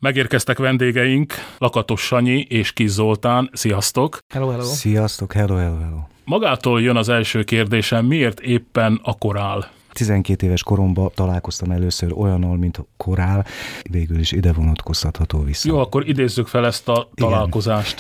Megérkeztek vendégeink, Lakatos Sanyi és Kiss Zoltán. Sziasztok! Hello, hello! Sziasztok, hello, hello, hello! Magától jön az első kérdésem, miért éppen a korál? 12 éves koromban találkoztam először olyannal, mint a korál, végül is ide vonatkoztatható vissza. Jó, akkor idézzük fel ezt a találkozást.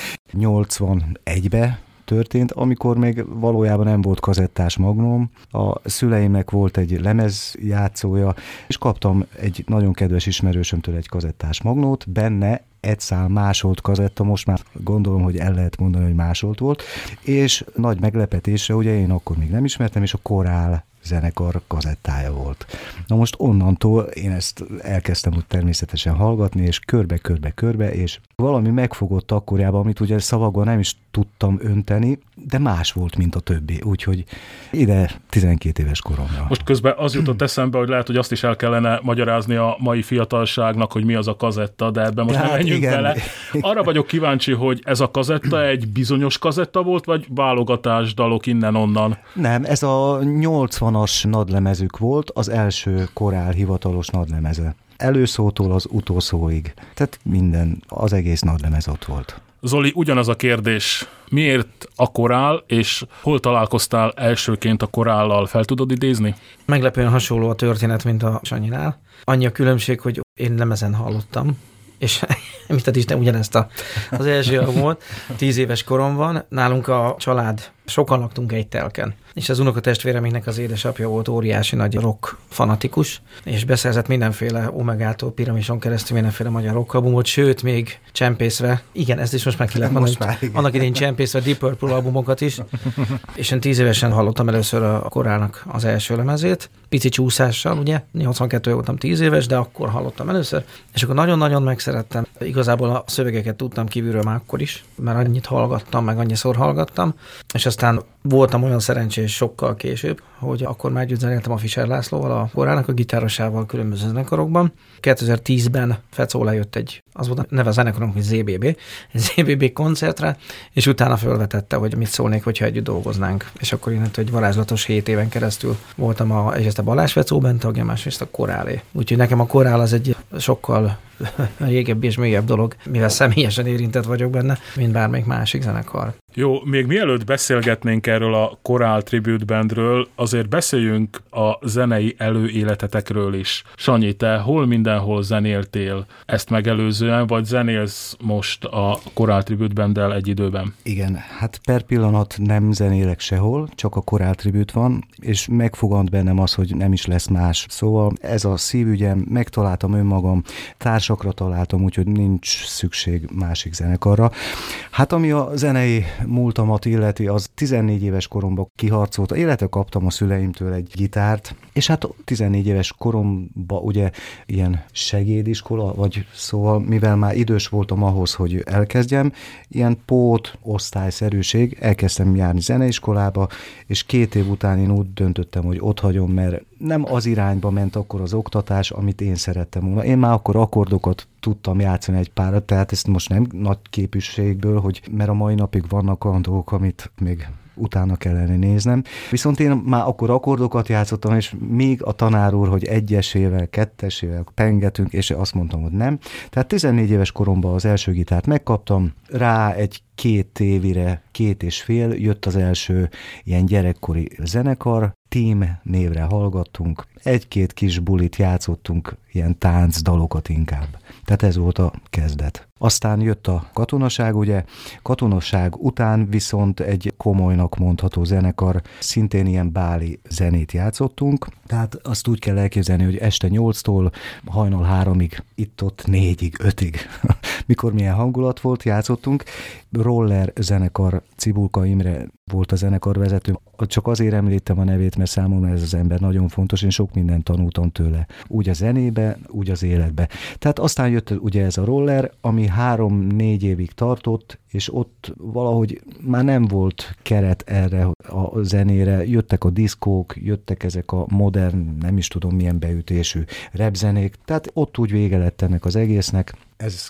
81-be történt, amikor még valójában nem volt kazettás magnóm. A szüleimnek volt egy lemezjátszója, és kaptam egy nagyon kedves ismerősömtől egy kazettás magnót, benne egy szál másolt kazetta, most már gondolom, hogy el lehet mondani, hogy másolt volt, és nagy meglepetésre, ugye én akkor még nem ismertem, és a korál zenekar kazettája volt. Na most onnantól én ezt elkezdtem úgy természetesen hallgatni, és körbe, és valami megfogott akkorjában, amit ugye szavakban nem is tudtam önteni, de más volt, mint a többi. Úgyhogy ide 12 éves koromra. Most közben az jutott eszembe, hogy lehet, hogy azt is el kellene magyarázni a mai fiatalságnak, hogy mi az a kazetta, de ebben most nem menjünk bele. Arra vagyok kíváncsi, hogy ez a kazetta egy bizonyos kazetta volt, vagy válogatás dalok innen-onnan? Nem, ez a 80-as nadlemezük volt, az első korál hivatalos nadlemeze. Előszótól az utolsóig. Tehát minden, az egész nadlemez ott volt. Zoli, ugyanaz a kérdés. Miért a korál, és hol találkoztál elsőként a korállal? Fel tudod idézni? Meglepően hasonló a történet, mint a Sanyinál. Annyi a különbség, hogy én lemezen hallottam, és mit is nem ugyanezt az első albumot. 10 éves koromban nálunk a család, sokan laktunk egy telken, és az unokatestvéremnek az édesapja volt óriási nagy rock fanatikus, és beszerzett mindenféle Omegától Piramison keresztül mindenféle magyar rockalbumot, sőt, még csempészve, igen, ezt is most meg ki lehet mondani, annak idején csempészve Deep Purple albumokat is, és én 10 évesen hallottam először a korálnak az első lemezét, pici csúszással, ugye, 82 voltam 10 éves, de akkor hallottam először, és akkor nagyon-nagyon megszerettem. Igazából a szövegeket tudtam kívülről már akkor is, mert annyit hallgattam, meg annyiszor hallgattam, és aztán voltam olyan szerencsés sokkal később, hogy akkor már együtt zenéltem a Fischer Lászlóval, a korának a gitárosával különböző zenekarokban. 2010-ben Fecó lejött az volt a neve a zenekarunk, hogy ZBB, egy ZBB koncertre, és utána felvetette, hogy mit szólnék, hogyha együtt dolgoznánk. És akkor én egy varázslatos 7 éven keresztül voltam egyrészt a Balázs Fecó bent tagja, másrészt a korálé. Úgyhogy nekem a korál az egy sokkal régebbi és mélyebb dolog, mivel személyesen érintett vagyok benne, mint bármelyik másik zenekar. Jó, még mielőtt beszélgetnénk erről a Korál Tribute Bandről, azért beszéljünk a zenei előéletetekről is. Sanyi, te mindenhol zenéltél ezt megelőzően, vagy zenélsz most a Korál Tribute Banddel egy időben? Igen, hát per pillanat nem zenélek sehol, csak a Korál Tribute van, és megfogant bennem az, hogy nem is lesz más. Szóval ez a szívügyem, megtaláltam önmagam, társakra találtam, úgyhogy nincs szükség másik zenekarra. Hát ami a zenei múltamat illeti, az 14 éves koromban kiharcolta. Életre kaptam a szüleimtől egy gitárt, és hát 14 éves koromban ugye ilyen segédiskola, vagy szóval, mivel már idős voltam ahhoz, hogy elkezdjem, ilyen osztályszerűség, elkezdtem járni zeneiskolába, és 2 év után én úgy döntöttem, hogy ott hagyom, mert nem az irányba ment akkor az oktatás, amit én szerettem volna. Én már akkor akkordokat tudtam játszani egy párat, tehát ezt most nem nagy képűségből, mert a mai napig vannak olyan dolgok, amit még utána kellene néznem. Viszont én már akkor akkordokat játszottam, és még a tanár úr, hogy 1-esével, 2-esével pengetünk, és azt mondtam, hogy nem. Tehát 14 éves koromban az első gitárt megkaptam, rá egy 2 évire, 2,5 jött az első ilyen gyerekkori zenekar, Team névre hallgattunk, 1-2 kis bulit játszottunk, ilyen táncdalokat inkább. Tehát ez volt a kezdet. Aztán jött a katonaság, ugye, katonaság után viszont egy komolynak mondható zenekar, szintén ilyen báli zenét játszottunk, tehát azt úgy kell elképzelni, hogy este 8-tól hajnal 3-ig, itt-ott 4-ig, 5-ig, mikor milyen hangulat volt, játszottunk. Roller zenekar, Cibulka Imre volt a zenekarvezető. Csak azért említem a nevét, mert számomra ez az ember nagyon fontos, én sok mindent tanultam tőle. Úgy a zenébe, úgy az életbe. Tehát aztán jött ugye ez a roller, ami 3-4 évig tartott, és ott valahogy már nem volt keret erre a zenére. Jöttek a diszkók, jöttek ezek a modern, nem is tudom milyen beütésű rapzenék. Tehát ott úgy vége lett ennek az egésznek. Ez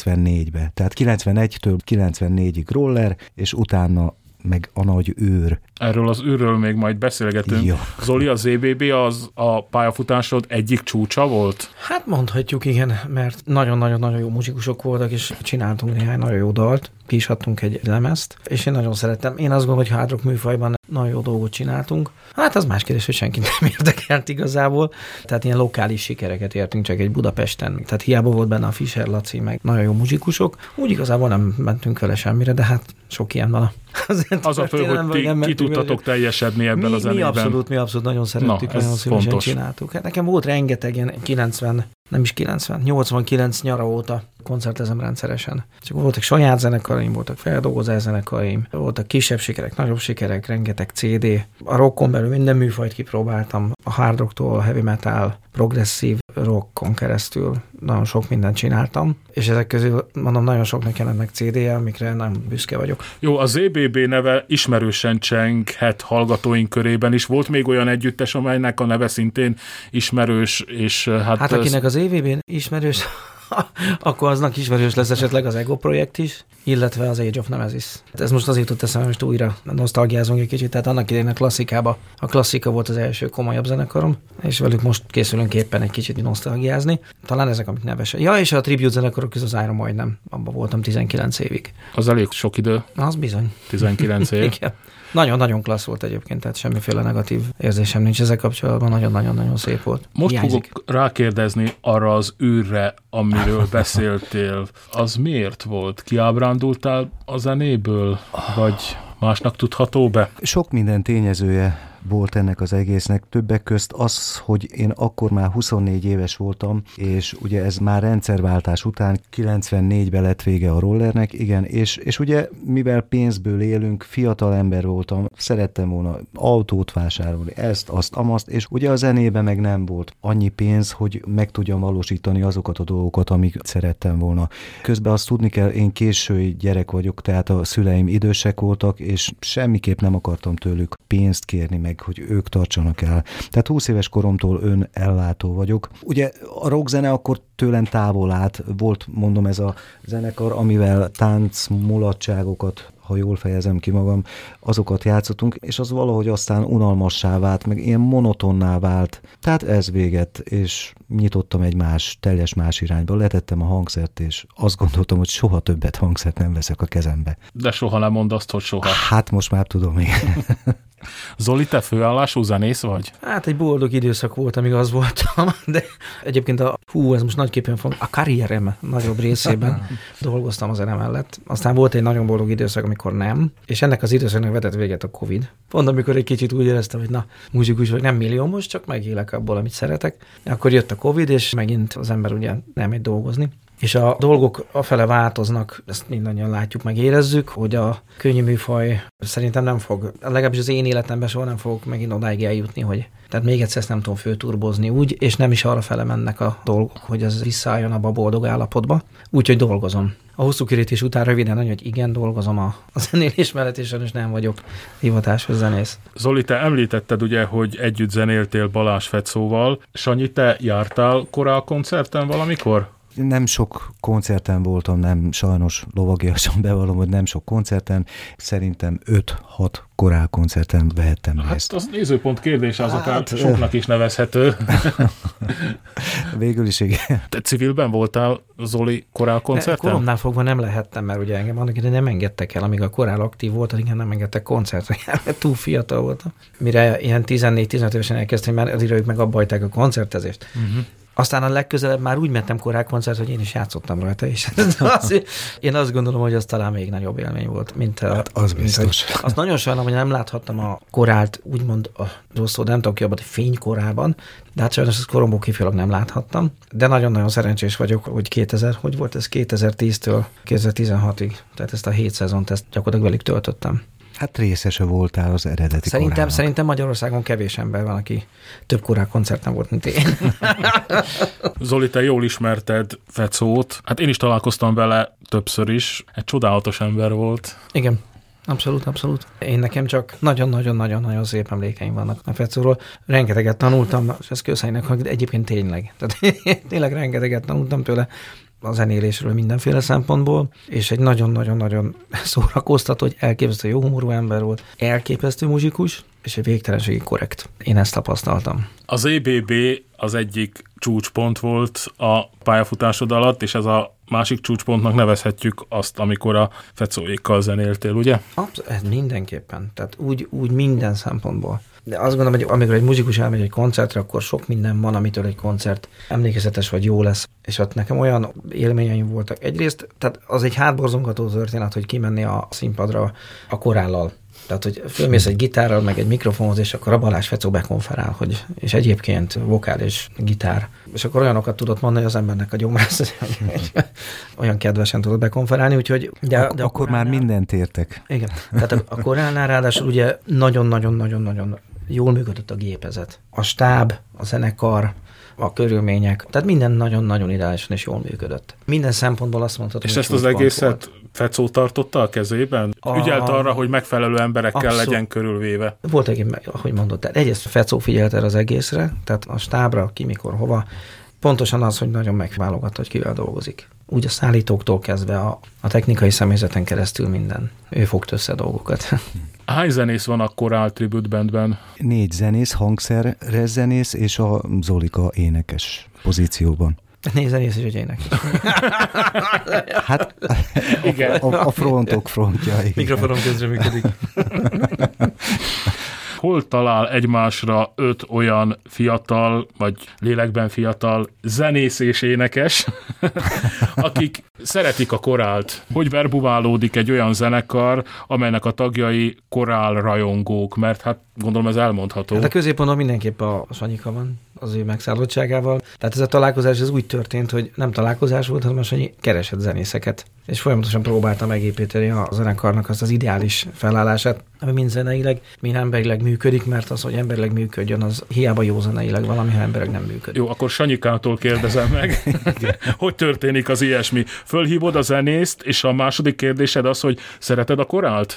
94-ben, tehát 91-től 94-ig roller, és utána meg a nagy őr Erről az űrről még majd beszélgetünk. Jó. Zoli, a ZBB az a pályafutásod egyik csúcsa volt? Hát mondhatjuk, igen, mert nagyon-nagyon-nagyon jó muzsikusok voltak, és csináltunk néhány nagyon jó dalt, ki is adtunk egy lemezt, és én nagyon szerettem. Én azt gondolom, hogy hard rock műfajban nagyon jó dolgot csináltunk. Hát az más kérdés, hogy senki nem érdekelt igazából. Tehát ilyen lokális sikereket értünk csak egy Budapesten. Tehát hiába volt benne a Fischer Laci, meg nagyon jó muzsikusok. Úgy igazából nem mentünk vele semmire, de hát sok ilyen van. Az a fő, hogy ti ki tudtatok teljesedni ebben a zenében. Mi abszolút nagyon szerettük, nagyon szívesen csináltuk. Hát nekem volt rengeteg ilyen 89 nyara óta koncertezem rendszeresen. Csak voltak saját zenekarim, voltak feldolgozás zenekarim, voltak kisebb sikerek, nagyobb sikerek, rengeteg CD. A rockon belül minden műfajt kipróbáltam, a hard rocktól, a heavy metal, progresszív rockon keresztül nagyon sok mindent csináltam, és ezek közül mondom, nagyon soknak jelennek CD-je, amikre nem büszke vagyok. Jó, a ZBB neve ismerősen csenghet hallgatóink körében is. Volt még olyan együttes, amelynek a neve szintén ismerős, és hát akinek az EVB-n ismerős, akkor aznak ismerős lesz esetleg az Ego projekt is, illetve az Age of Nemesis. Ez most azért jutott eszembe, most újra nosztalgiázunk egy kicsit, tehát annak idején a klasszika volt az első komolyabb zenekarom, és velük most készülünk éppen egy kicsit nosztalgiázni. Talán ezek, amik nevesek. Ja, és a tribute zenekarok közül az Iron majdnem, abban voltam 19 évig. Az elég sok idő. Az bizony. 19 év. Igen. Nagyon-nagyon klassz volt egyébként, tehát semmiféle negatív érzésem nincs ezzel kapcsolatban, nagyon-nagyon-nagyon szép volt. Most fogok rákérdezni arra az űrre, amiről beszéltél. Az miért volt? Kiábrándultál a zenéből, vagy másnak tudható be? Sok minden tényezője volt ennek az egésznek. Többek közt az, hogy én akkor már 24 éves voltam, és ugye ez már rendszerváltás után 94-ben lett vége a rollernek, igen, és ugye mivel pénzből élünk, fiatal ember voltam, szerettem volna autót vásárolni, ezt, azt, amazt, és ugye a zenében meg nem volt annyi pénz, hogy meg tudjam valósítani azokat a dolgokat, amik szerettem volna. Közben azt tudni kell, én késői gyerek vagyok, tehát a szüleim idősek voltak, és semmiképp nem akartam tőlük pénzt kérni, meg hogy ők tartsanak el. Tehát 20 éves koromtól önellátó vagyok. Ugye a rockzene akkor tőlem távol állt. Volt, mondom, ez a zenekar, amivel tánc, mulatságokat, ha jól fejezem ki magam, azokat játszottunk, és az valahogy aztán unalmassá vált, meg ilyen monotonná vált. Tehát ez véget, és nyitottam egy teljes más irányba, letettem a hangszert, és azt gondoltam, hogy soha többet hangszert nem veszek a kezembe. De soha nem mondd azt, hogy soha. Hát most már tudom, igen. Zoli, te főállású zenész vagy? Hát egy boldog időszak volt, amíg az voltam, de egyébként ez most nagyképpen fog, a karrierem nagyobb részében dolgoztam a zene mellett. Aztán volt egy nagyon boldog időszak, amikor nem, és ennek az időszaknak vetett véget a Covid. Pont amikor egy kicsit úgy éreztem, hogy muzsikus vagy, nem milliómos, csak megélek abból, amit szeretek. Akkor jött a Covid, és megint az ember ugye nem megy dolgozni. És a dolgok afele változnak, ezt mindannyian látjuk, meg érezzük, hogy a könnyű műfaj szerintem nem fog, legalábbis az én életemben soha nem fogok megint odáig eljutni, hogy tehát még egyszer ezt nem tudom fölturbozni úgy, és nem is arra fele mennek a dolgok, hogy ez visszaálljon abba a boldog állapotba. Úgyhogy dolgozom. A hosszú kirítés után röviden hogy igen, dolgozom a zenélés mellett, és nem vagyok hivatásos zenész. Zoli, te említetted ugye, hogy együtt zenéltél Balázs Fecóval. Sanyi, te jártál korál koncerten valamikor? Nem sok koncerten voltam, nem sajnos lovagiasan bevallom, hogy nem sok koncerten. Szerintem 5-6 korál koncerten vehettem részt. Hát az nézőpont kérdés, az akár soknak is nevezhető. Végül is igen. Te civilben voltál, Zoli, korál koncerten? Koromnál fogva nem lehettem, mert ugye engem annak idején nem engedtek el, amíg a korál aktív volt, igen, nem engedtek koncertre, mert túl fiatal voltam. Mire ilyen 14-15 évesen elkezdtem, már addigra ők meg abba hagyták a koncertezést. Aztán a legközelebb már úgy mentem korál koncert, hogy én is játszottam rajta, és én azt gondolom, hogy az talán még nagyobb élmény volt, mint hát az biztos. Azt nagyon sajnálom, hogy nem láthattam a korált, úgymond a rossz nem tudom ki abban, hogy fénykorában, de hát sajnos ezt koromból kifejezőleg nem láthattam. De nagyon-nagyon szerencsés vagyok, hogy 2010-től 2016-ig, tehát ezt a 7 szezont, ezt gyakorlatilag velük töltöttem. Hát részese voltál az eredeti korának. Szerintem Magyarországon kevés ember van, aki több korál koncerten volt, mint én. Zoli, te jól ismerted Fecót. Hát én is találkoztam vele többször is. Egy csodálatos ember volt. Igen. Abszolút. Én nekem csak nagyon-nagyon-nagyon szép emlékeim vannak a Fecóról. Rengeteget tanultam, és ez közhelynek, hogy egyébként tényleg. Tehát tényleg rengeteget tanultam tőle. a zenélésről mindenféle szempontból, és egy nagyon-nagyon-nagyon szórakoztató, hogy elképesztő jó humorú ember volt, elképesztő muzsikus, és egy végtelenségig korrekt. Én ezt tapasztaltam. Az EBB az egyik csúcspont volt a pályafutásod alatt, és ez a másik csúcspontnak nevezhetjük azt, amikor a Fecóékkal zenéltél, ugye? Ez mindenképpen. Tehát úgy minden szempontból. De azt gondolom, hogy amikor egy muzsikus elmegy egy koncertre, akkor sok minden van, amitől egy koncert emlékezetes vagy jó lesz. És ott nekem olyan élményeim voltak. Egyrészt, tehát az egy hátborzongató történet, hogy kimenni a színpadra a korállal. Tehát, hogy fölmész egy gitárral, meg egy mikrofonhoz, és akkor a Balázs Fecó bekonferál, és egyébként vokál és gitár. És akkor olyanokat tudott mondani, hogy az embernek a gyomrász, olyan kedvesen tudott bekonferálni, úgyhogy... De akkor már mindent értek. Igen. Tehát a korálnál ráadásul ugye nagyon-nagyon-nagyon-nagyon jól működött a gépezet. A stáb, a zenekar, a körülmények, tehát minden nagyon-nagyon ideálisan és jól működött. Minden szempontból azt mondhatod, és ezt az egészet Fecó tartotta a kezében? Ügyelt arra, hogy megfelelő emberekkel legyen körülvéve? Volt egy, ahogy mondott, tehát egyrészt Fecó figyelt erre az egészre, tehát a stábra, ki, mikor, hova. Pontosan az, hogy nagyon megválogatta, hogy kivel dolgozik. Úgy a szállítóktól kezdve a technikai személyzeten keresztül minden. Ő fogt össze dolgokat. Hány zenész van a Korál Tribute Bandben? 4 zenész, hangszeres zenész és a Zolika énekes pozícióban. 4 zenész és egy énekes. Hát a frontok frontja. Mikrofonon közre működik. Hol talál egymásra 5 olyan fiatal, vagy lélekben fiatal zenész és énekes, akik szeretik a korált? Hogy verbuválódik egy olyan zenekar, amelynek a tagjai korál rajongók? Mert hát gondolom ez elmondható. Hát a középpontban mindenképp a Sanyika van az ő megszállottságával. Tehát ez a találkozás ez úgy történt, hogy nem találkozás volt, hanem a Sanyi keresett zenészeket. És folyamatosan próbálta megépíteni a zenekarnak azt az ideális felállását, ami mind zeneileg, mind emberileg működik, mert az, hogy emberileg működjön, az hiába jó zeneileg valami, ha emberileg nem működik. Jó, akkor Sanyikától kérdezem meg, hogy történik az ilyesmi? Fölhívod a zenészt, és a második kérdésed az, hogy szereted a korált?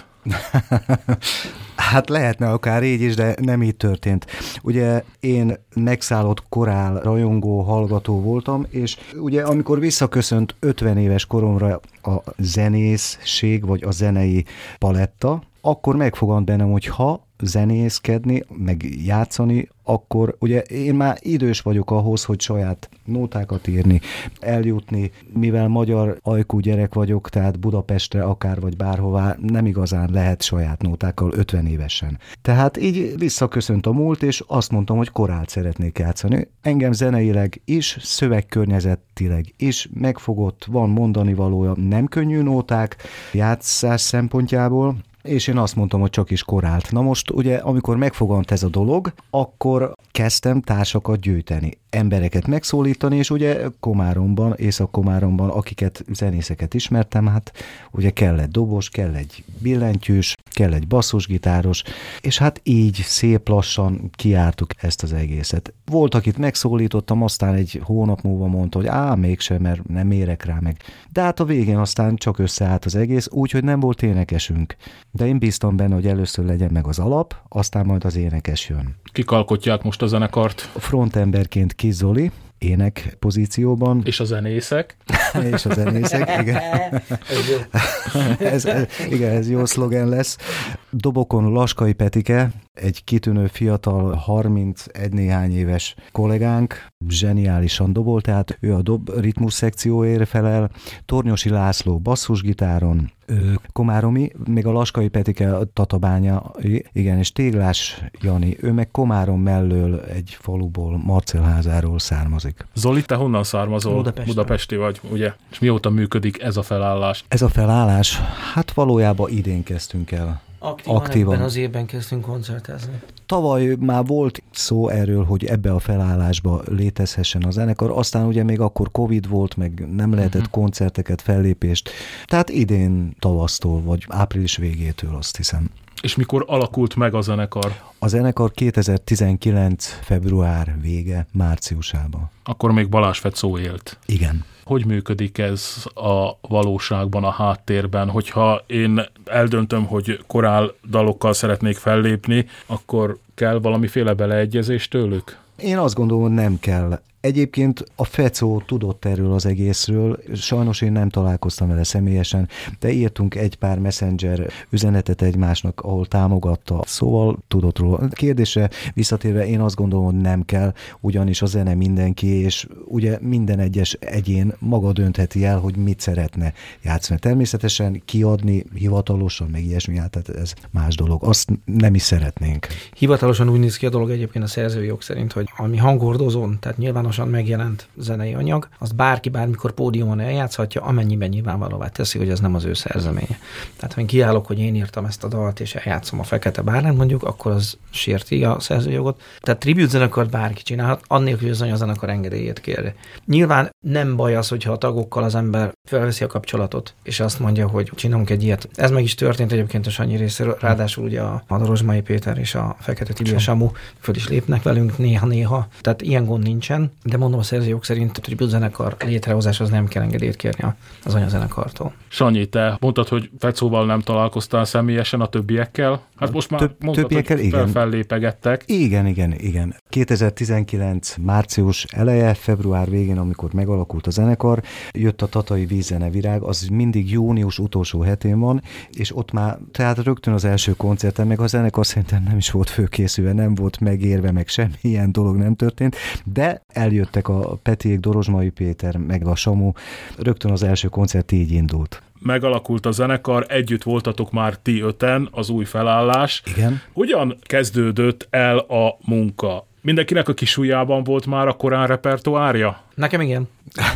Hát lehetne akár így is, de nem így történt. Ugye én megszállott korál rajongó, hallgató voltam, és ugye amikor visszaköszönt 50 éves koromra a zenészség, vagy a zenei paletta, akkor megfogant bennem, hogy ha zenészkedni, meg játszani, akkor ugye én már idős vagyok ahhoz, hogy saját nótákat írni, eljutni, mivel magyar ajkú gyerek vagyok, tehát Budapestre akár vagy bárhová nem igazán lehet saját nótákkal 50 évesen. Tehát így visszaköszönt a múlt, és azt mondtam, hogy korált szeretnék játszani. Engem zeneileg is, szövegkörnyezetileg is megfogott, van mondani valója, nem könnyű nóták játszás szempontjából, és én azt mondtam, hogy csak is korált. Na most ugye, amikor megfogant ez a dolog, akkor kezdtem társakat gyűjteni, embereket megszólítani, és ugye Komáromban, Észak-Komáromban, akiket zenészeket ismertem, hát ugye kell egy dobos, kell egy billentyűs, kell egy basszusgitáros, és hát így szép lassan kijártuk ezt az egészet. Volt, akit megszólítottam, aztán egy hónap múlva mondta, hogy mégsem, mert nem érek rá meg. De hát a végén aztán csak összeállt az egész, úgyhogy nem volt énekesünk. De én bíztam benne, hogy először legyen meg az alap, aztán majd az énekes jön. Kik alkotják most a zenekart? Frontemberként Kis Zoli, ének pozícióban. És a zenészek? És a zenészek, igen. Ez jó szlogen lesz. Dobokon Laskai Petike, egy kitűnő fiatal, 31 néhány éves kollégánk, zseniálisan dobol, tehát ő a dob ritmus szekcióért felel. Tornyosi László basszusgitáron, komáromi, még a Laskai Petike a Tatabánya, igen, és Téglás Jani, ő meg Komárom mellől egy faluból, Marcelházáról származik. Zoli, te honnan származol? Budapesti vagy, ugye? És mióta működik ez a felállás? Ez a felállás, hát valójában idén kezdtünk el. Aktívan. Ebben az évben kezdtünk koncertezni. Tavaly már volt szó erről, hogy ebbe a felállásba létezhessen a zenekar, aztán ugye még akkor Covid volt, meg nem lehetett koncerteket, fellépést, tehát idén tavasztól, vagy április végétől, azt hiszem. És mikor alakult meg a zenekar? A zenekar 2019. február vége, márciusában. Akkor még Balázs Fecó élt. Igen. Hogy működik ez a valóságban, a háttérben? Hogyha én eldöntöm, hogy korál dalokkal szeretnék fellépni, akkor kell valamiféle beleegyezés tőlük? Én azt gondolom, hogy nem kell Egyébként a Fecó tudott erről az egészről, sajnos én nem találkoztam vele személyesen, de írtunk egy pár messenger üzenetet egymásnak, ahol támogatta, szóval tudott róla. Kérdésre visszatérve én azt gondolom, hogy nem kell, ugyanis a zene mindenki, és ugye minden egyes egyén maga döntheti el, hogy mit szeretne játszani. Természetesen kiadni hivatalosan, meg ilyesmi, tehát ez más dolog. Azt nem is szeretnénk. Hivatalosan úgy néz ki a dolog egyébként a szerzői jog szerint, hogy ami hangordozón, tehát nyilvánosan megjelent zenei anyag, azt bárki bármikor pódiumon eljátszhatja, amennyiben nyilvánvalóvá teszi, hogy ez nem az ő szerzeménye. Tehát ha én kiállok, hogy én írtam ezt a dalt, és eljátszom a Fekete Bálnánt mondjuk, akkor az sérti a szerzői jogot. Tehát tribute zenekart bárki csinálhat, annélkül, hogy az zenekar engedélyét kérje. Nyilván nem baj az, hogyha a tagokkal az ember felveszi a kapcsolatot, és azt mondja, hogy csinálunk egy ilyet. Ez meg is történt egyébként a Sanyi részéről, ráadásul ugye a Rozsmai Péter és a Fekete Tibi és Samu föl is lépnek velünk néha-néha. Tehát ilyen gond nincsen, de mondom, a szerzőjog szerint a tribute zenekar létrehozáshoz nem kell engedélyt kérni az anyazenekartól. Sanyi, te mondtad, hogy Fecóval nem találkoztál személyesen, a többiekkel? Hát most már mondtad, hogy fellépegettek. Igen. 2019 március eleje, február végén, amikor megalakult a zenekar, jött a Tatai Vízzene Virág, az mindig június utolsó hetén van, és ott már, tehát rögtön az első koncerten, meg a zenekar szerintem nem is volt fölkészülve, nem volt megérve, meg semmi ilyen dolog nem történt, de eljöttek a Petiék, Dorozsmai Péter, meg a Samu, rögtön az első koncert így indult. Megalakult a zenekar, együtt voltatok már ti öten, az új felállás. Igen. Hogyan kezdődött el a munka? Mindenkinek a kis ujjában volt már a korán repertoárja? Nekem igen.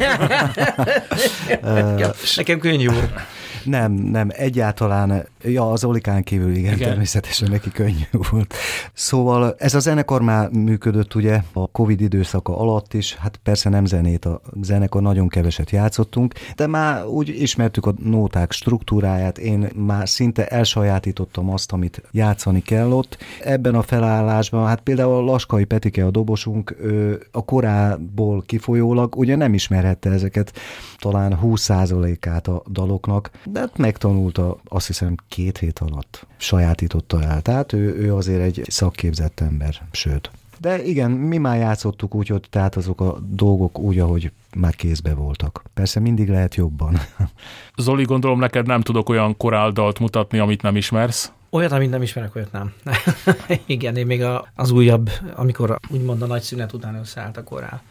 Nekem könnyű volt. Nem, egyáltalán, az Olikán kívül igen, természetesen neki könnyű volt. Szóval ez a zenekar már működött ugye a Covid időszaka alatt is, hát persze nem zenét, a zenekar nagyon keveset játszottunk, de már úgy ismertük a nóták struktúráját, én már szinte elsajátítottam azt, amit játszani kell ott. Ebben a felállásban, hát például a Laskai Petike, a dobosunk, a korából kifolyólag ugye nem ismerhette ezeket, talán 20%-át a daloknak, de hát megtanulta, azt hiszem 2 hét alatt sajátította el. Tehát ő azért egy szakképzett ember, sőt. De igen, mi már játszottuk úgy, hogy tehát azok a dolgok úgy, ahogy már kézbe voltak. Persze mindig lehet jobban. Zoli, gondolom neked nem tudok olyan koráldalt mutatni, amit nem ismersz? Olyat, amit nem ismerek, olyat nem. Igen, én még az újabb, amikor úgymond a nagy szünet után összeállt a korál.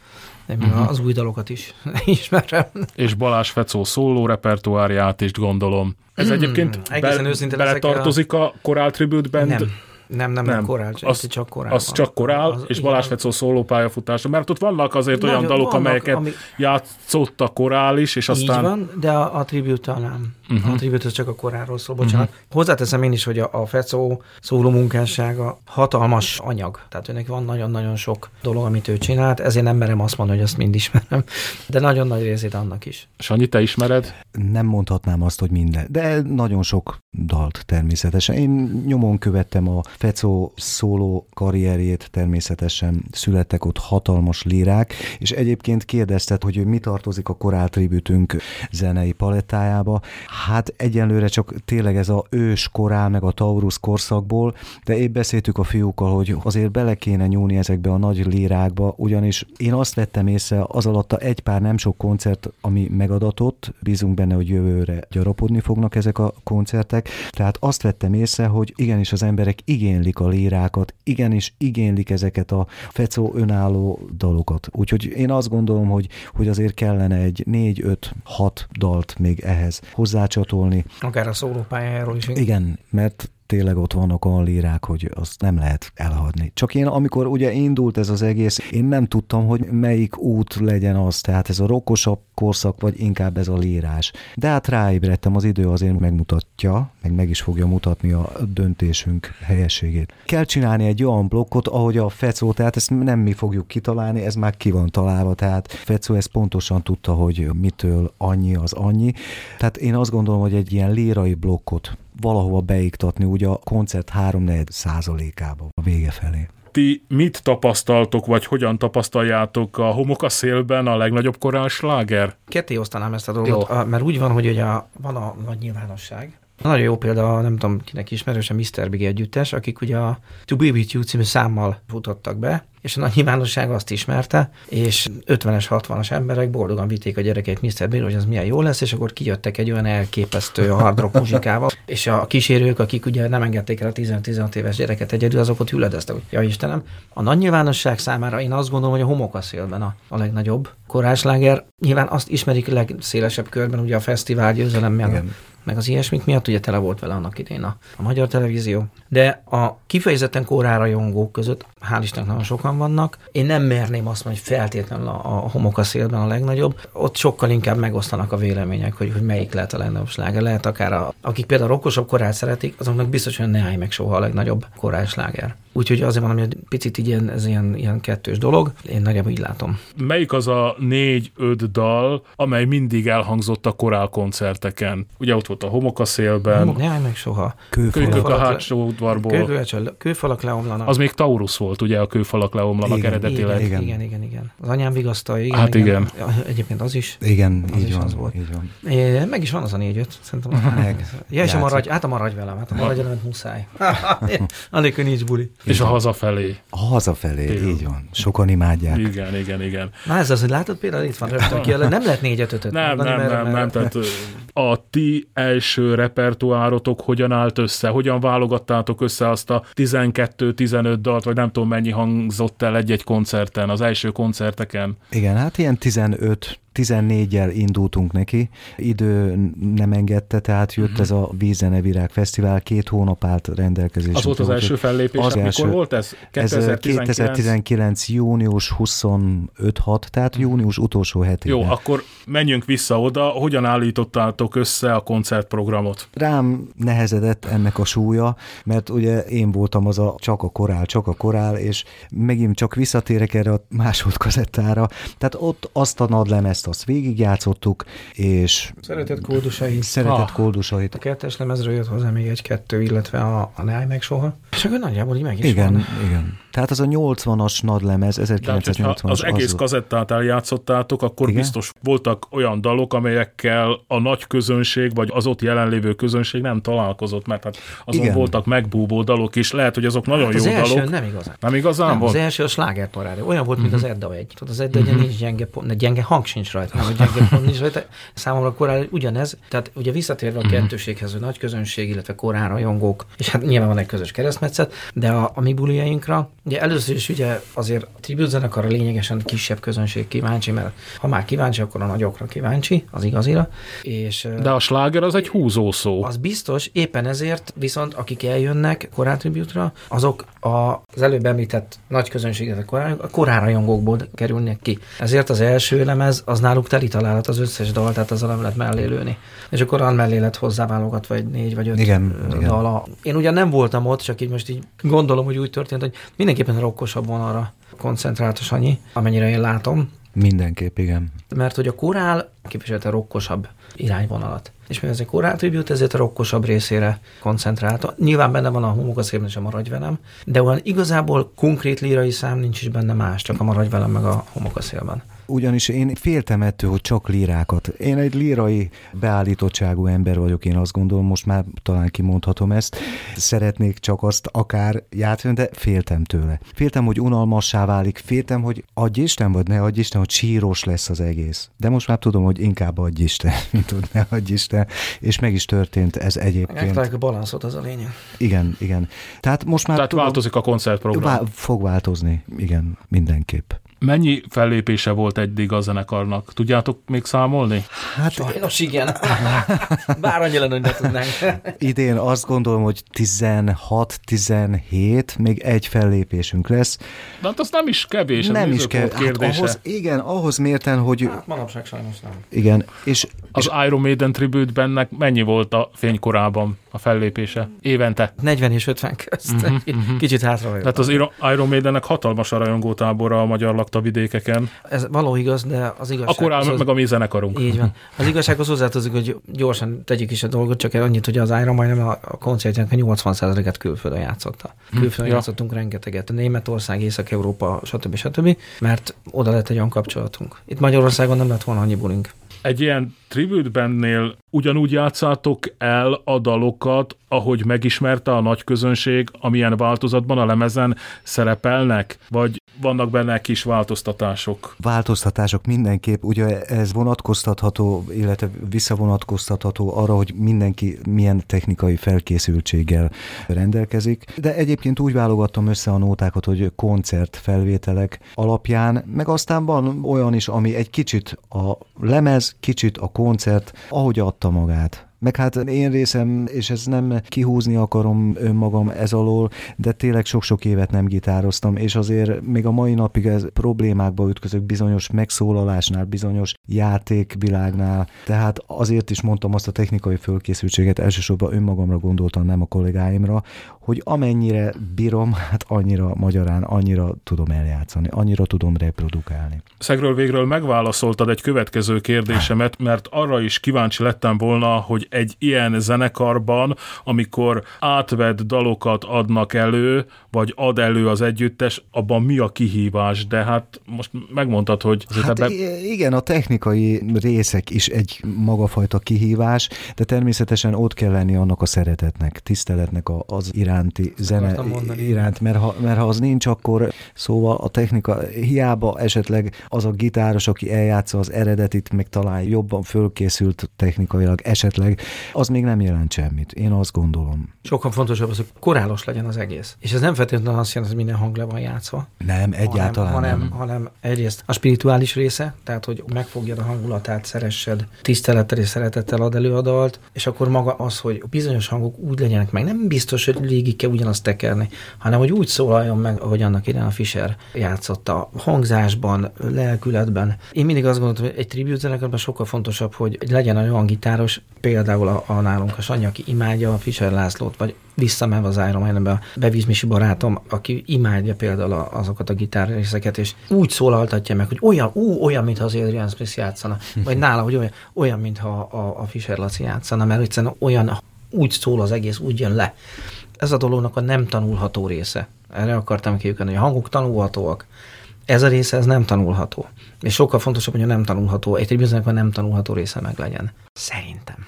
Az új dalokat is ismerem. És Balázs Fecó szóló repertoárját is gondolom. Ez egyébként beletartozik a Korál Tribute Band? Nem korál, csak korál. Az csak korál, és Balázs Fecó szóló pályafutása, mert ott vannak azért olyan dalok, amelyeket játszott a korál is, és aztán... Így van, de a tribute-tal nem. A tribute az csak a korálról szól, bocsánat. Hozzáteszem én is, hogy a Fecó szóló munkássága hatalmas anyag, tehát őnek van nagyon-nagyon sok dolog, amit ő csinált, ezért nem merem azt mondani, hogy azt mind ismerem, de nagyon nagy részét annak is. Sanyi, te ismered? Nem mondhatnám azt, hogy minden, de nagyon sok dalt természetesen. Én nyomon követtem a Fecó szóló karrierjét, természetesen születtek ott hatalmas lírák, és egyébként kérdezted, hogy mi tartozik a korál tribütünk zenei palettájába. Hát egyenlőre csak tényleg ez a ős korál meg a Taurus korszakból, de épp beszéltük a fiúkkal, hogy azért bele kéne nyúlni ezekbe a nagy lírákba, ugyanis én azt vettem észre, az alatt egy pár nem sok koncert, ami megadatott, bízunk benne, hogy jövőre gyarapodni fognak ezek a koncertek, tehát azt vettem észre, hogy igenis az emberek igénylik a lírákat, igenis igénylik ezeket a Fecó önálló dalokat. Úgyhogy én azt gondolom, hogy azért kellene egy 4-5-6 dalt még ehhez hozzácsatolni. Akár a szólópályáról is. Igen, mert tényleg ott vannak olyan lírák, hogy azt nem lehet elhagyni. Csak én, amikor ugye indult ez az egész, én nem tudtam, hogy melyik út legyen az, tehát ez a rockosabb korszak, vagy inkább ez a lírás. De hát ráébredtem, az idő azért megmutatja, meg is fogja mutatni a döntésünk helyességét. Kell csinálni egy olyan blokkot, ahogy a Fecó, tehát ezt nem mi fogjuk kitalálni, ez már ki van találva, tehát Fecó ezt pontosan tudta, hogy mitől annyi az annyi. Tehát én azt gondolom, hogy egy ilyen lírai blokkot valahova beiktatni, ugye a koncert 3-4%-ába a vége felé. Ti mit tapasztaltok, vagy hogyan tapasztaljátok a Homok a szélben a legnagyobb korál sláger? Ketté osztanám ezt a dolgot, mert úgy van, hogy ugye van a nagy nyilvánosság, Nagyon jó példa, nem tudom kinek ismerős, a Mr. Big együttes, akik ugye a To Be With You című számmal futottak be, és a nagy nyilvánosság azt ismerte, és 50-es, 60-as emberek boldogan vitték a gyerekeit Mr. Big, hogy az milyen jó lesz, és akkor kijöttek egy olyan elképesztő hard rock muzsikával, és a kísérők, akik ugye nem engedték el a 15-16 éves gyereket egyedül, azok ott hüledeztek, hogy ja Istenem. A nagy nyilvánosság számára én azt gondolom, hogy a Homokaszélben a legnagyobb korálsláger. Nyilván azt ismerik legszélesebb körben, ugye a fesztivál győzelemmel, meg az ilyesmik miatt, ugye tele volt vele annak idén a magyar televízió. De a kifejezetten kórárajongók között, hál' Istennek nagyon sokan vannak. Én nem merném azt mondani, hogy feltétlenül a Homokaszélben a legnagyobb. Ott sokkal inkább megosztanak a vélemények, hogy melyik lehet a legnagyobb sláger. Lehet akár akik például rockosabb korát szeretik, azoknak biztos, hogy ne állj meg soha a legnagyobb korálsláger. Úgyhogy azért mondom, hogy picit így ez ilyen kettős dolog. Én nagyjából így látom. Melyik az a 4-5 dal, amely mindig elhangzott a korál koncerteken? Ugye ott volt a Homokaszélben. Ne állj meg soha. Kőkök a hátsó udvarból. Kőfalak leomlanak. Az még Taurus volt, ugye, a Kőfalak leomlanak eredetileg. Igen. Az anyám vigasztalja. Igen, hát igen. Egyébként az is. Igen, az így is van. Az volt. Így van. Meg is van az a 4-5, szerintem. Ja, és a maradj velem, a maradj velem, muszáj. Annélkül nincs buli. És a hazafelé. A hazafelé, így van. Sokan imádják. Igen. Na ez az, hogy látod például itt van rögtön ki, nem lehet 4-5-öt. Nem. Tehát a ti első repertoárotok hogyan állt össze? Hogyan válogattátok össze azt a 12-15 dalt, vagy nem tudom mennyi hangzott el egy-egy koncerten, az első koncerteken? Igen, hát ilyen 14-jel indultunk neki, idő nem engedte, tehát jött ez a Vízzenevirág Fesztivál, 2 hónap állt rendelkezésre. Az volt az első fellépés, mikor volt ez? 2019. június 25-6, tehát június utolsó hetében. Jó, akkor menjünk vissza oda, hogyan állítottátok össze a koncertprogramot? Rám nehezedett ennek a súlya, mert ugye én voltam az a csak a korál, és megint csak visszatérek erre a másodkazettára, tehát ott azt a nagylemezt azt végigjátszottuk, és Szeretett koldusait. A 2-es lemezről jött hozzá még 1-2, illetve a Ne állj meg soha. És akkor nagyjából így meg is igen, van. Igen. Tehát az a 80-as nagylemez, 1980-as. Az egész kazettát eljátszottátok, akkor igen? Biztos voltak olyan dalok, amelyekkel a nagy közönség, vagy az ott jelenlévő közönség nem találkozott, mert hát azon igen. voltak megbúvó dalok is, lehet, hogy azok nagyon jó dalok. Az első nem igazán. Nem igazán volt? Az első a slágerparádé. Olyan volt, mint az Edda 1. Tudod, az Edda 1 nincs gyenge hang sincs rajta, nem, gyenge pont nincs rajta. Számomra korán ugyanez, tehát ugye visszatérve a kettőséghez, hogy nagy közönség, illetve korán rajongók, és hát nyilván van egy közös keresztmetszet, de a mi bulijainkra, ugye először is ugye azért a tribute zenekarra lényegesen kisebb közönség kíváncsi, mert ha már kíváncsi, akkor a nagyokra kíváncsi, az igazira. De a sláger az egy húzó szó. Az biztos, éppen ezért viszont akik eljönnek korán tribute-ra, azok az előbb említett nagy közönséget a korán rajongókból kerülnek ki. Ezért az első lemez, az náluk teli találat az összes dal, tehát azzal nem lehet mellé lőni. És akkor olyan mellé lett hozzáválogatva egy 4 vagy 5 dala. Én ugyan nem voltam ott, csak így most így gondolom, hogy úgy történt, hogy mindenképpen rockosabb vonalra koncentrált a Sanyi, amennyire én látom. Mindenképp, igen. Mert hogy a korál képviselte rockosabb irányvonalat. És mivel ez egy korál tribute, ezért a rockosabb részére koncentrálta. Nyilván benne van a Homokaszélben és a Maradj velem, de olyan igazából konkrét lírai szám nincs is benne más, csak a Maradj velem meg a Homokaszélben. Ugyanis én féltem ettől, hogy csak lírákat. Én egy lírai beállítottságú ember vagyok, én azt gondolom, most már talán kimondhatom ezt. Szeretnék csak azt akár játszani, de féltem tőle. Féltem, hogy unalmassá válik, féltem, hogy adj Isten, vagy ne adj Isten, hogy síros lesz az egész. De most már tudom, hogy inkább adj Isten, mint hogy ne adj Isten, és meg is történt ez egyébként. Megtaláljuk a balanszot, az a lényeg. Igen. Tehát most már tudom, változik a koncertprogram. Fog változni, igen, mindenképp. Mennyi fellépése volt eddig a zenekarnak? Tudjátok még számolni? Hát sajnos igen. Bár annyi lenne, hogy ne tudnánk. Idén azt gondolom, hogy 16-17, még egy fellépésünk lesz. De hát az nem is kevés, nem is kevés. Hát ahhoz mérten, hogy... Hát manapság sajnos nem. Igen. Az Iron Maiden tribute-bennek mennyi volt a fénykorában a fellépése? Évente? 40 és 50 közt. Kicsit hátra. Tehát az Iron Maidennek hatalmas a rajongótábora a magyar laktavidékeken. Ez való igaz, de az igazság... Akkor áll meg a mi zenekarunk. Így van. Az igazsághoz hozzátartozik, hogy gyorsan tegyük is a dolgot, csak annyit, hogy az Iron majdnem a koncertjének 80%-et külföldön játszotta. Külföldön játszottunk rengeteget. Németország, Észak-Európa, stb. Mert oda lett egy olyan kapcsolatunk. Itt Magyarországon nem lett volna annyi bulink. Egy ilyen tribute bandnél ugyanúgy játszátok el a dalokat, ahogy megismerte a nagy közönség, amilyen változatban a lemezen szerepelnek? Vagy vannak benne kis változtatások? Változtatások mindenképp, ugye ez vonatkoztatható, illetve visszavonatkoztatható arra, hogy mindenki milyen technikai felkészültséggel rendelkezik. De egyébként úgy válogattam össze a nótákat, hogy koncertfelvételek alapján, meg aztán van olyan is, ami egy kicsit a lemez, kicsit a koncert, ahogy adta magát. Meg hát én részem, és ez nem kihúzni akarom önmagam ez alól, de tényleg sok-sok évet nem gitároztam, és azért még a mai napig ez problémákba ütközök bizonyos megszólalásnál, bizonyos játékvilágnál, tehát azért is mondtam azt a technikai fölkészültséget, elsősorban önmagamra gondoltam, nem a kollégáimra, hogy amennyire bírom, hát annyira magyarán, annyira tudom eljátszani, annyira tudom reprodukálni. Szegről végről megválaszoltad egy következő kérdésemet, mert arra is kíváncsi lettem volna, hogy egy ilyen zenekarban, amikor átvett dalokat adnak elő, vagy ad elő az együttes, abban mi a kihívás? De hát most megmondtad, hogy... Igen, a technikai részek is egy magafajta kihívás, de természetesen ott kell lenni annak a szeretetnek, tiszteletnek az iránti zene iránt, mert ha az nincs, akkor szóval a technika hiába esetleg az a gitáros, aki eljátsza az eredetit, meg talán jobban fölkészült technikailag esetleg, az még nem jelent semmit. Én azt gondolom. Sokkal fontosabb az, hogy korálos legyen az egész. És ez nem feltétlenül azt jelenti, hogy minden hang le van játszva. Nem, egyáltalán nem. Hanem egyrészt a spirituális része, tehát hogy megfogjad a hangulatát, szeressed, tisztelettel és szeretettel ad elő a dalt, és akkor maga az, hogy bizonyos hangok úgy legyenek meg. Nem biztos, hogy végig kell ugyanazt tekerni, hanem hogy úgy szólaljon meg, ahogy annak idején a Fischer játszotta. Hangzásban, lelkületben. Én mindig azt gondoltam, hogy egy tribute zenekarban sokkal fontosabb, hogy legyen olyan gitáros, például a nálunk a Sanyi, aki imádja a Fischer Lászlót, vagy visszamenve az Iron Maidenbe a Beviz Misi barátom, aki imádja például azokat a gitárrészeket, és úgy szólaltatja meg, hogy olyan, mintha az Adrian Smith játszana, vagy nála, hogy olyan, mintha a Fischer Laci játszana, mert egyszerűen olyan, úgy szól az egész, úgy jön le. Ez a dolognak a nem tanulható része. Erre akartam kiukadni, hogy a hangok tanulhatóak. Ez a része, ez nem tanulható. És sokkal fontosabb, hogy a nem tanulható, egy tribüznek a nem tanulható része meg legyen. Szerintem.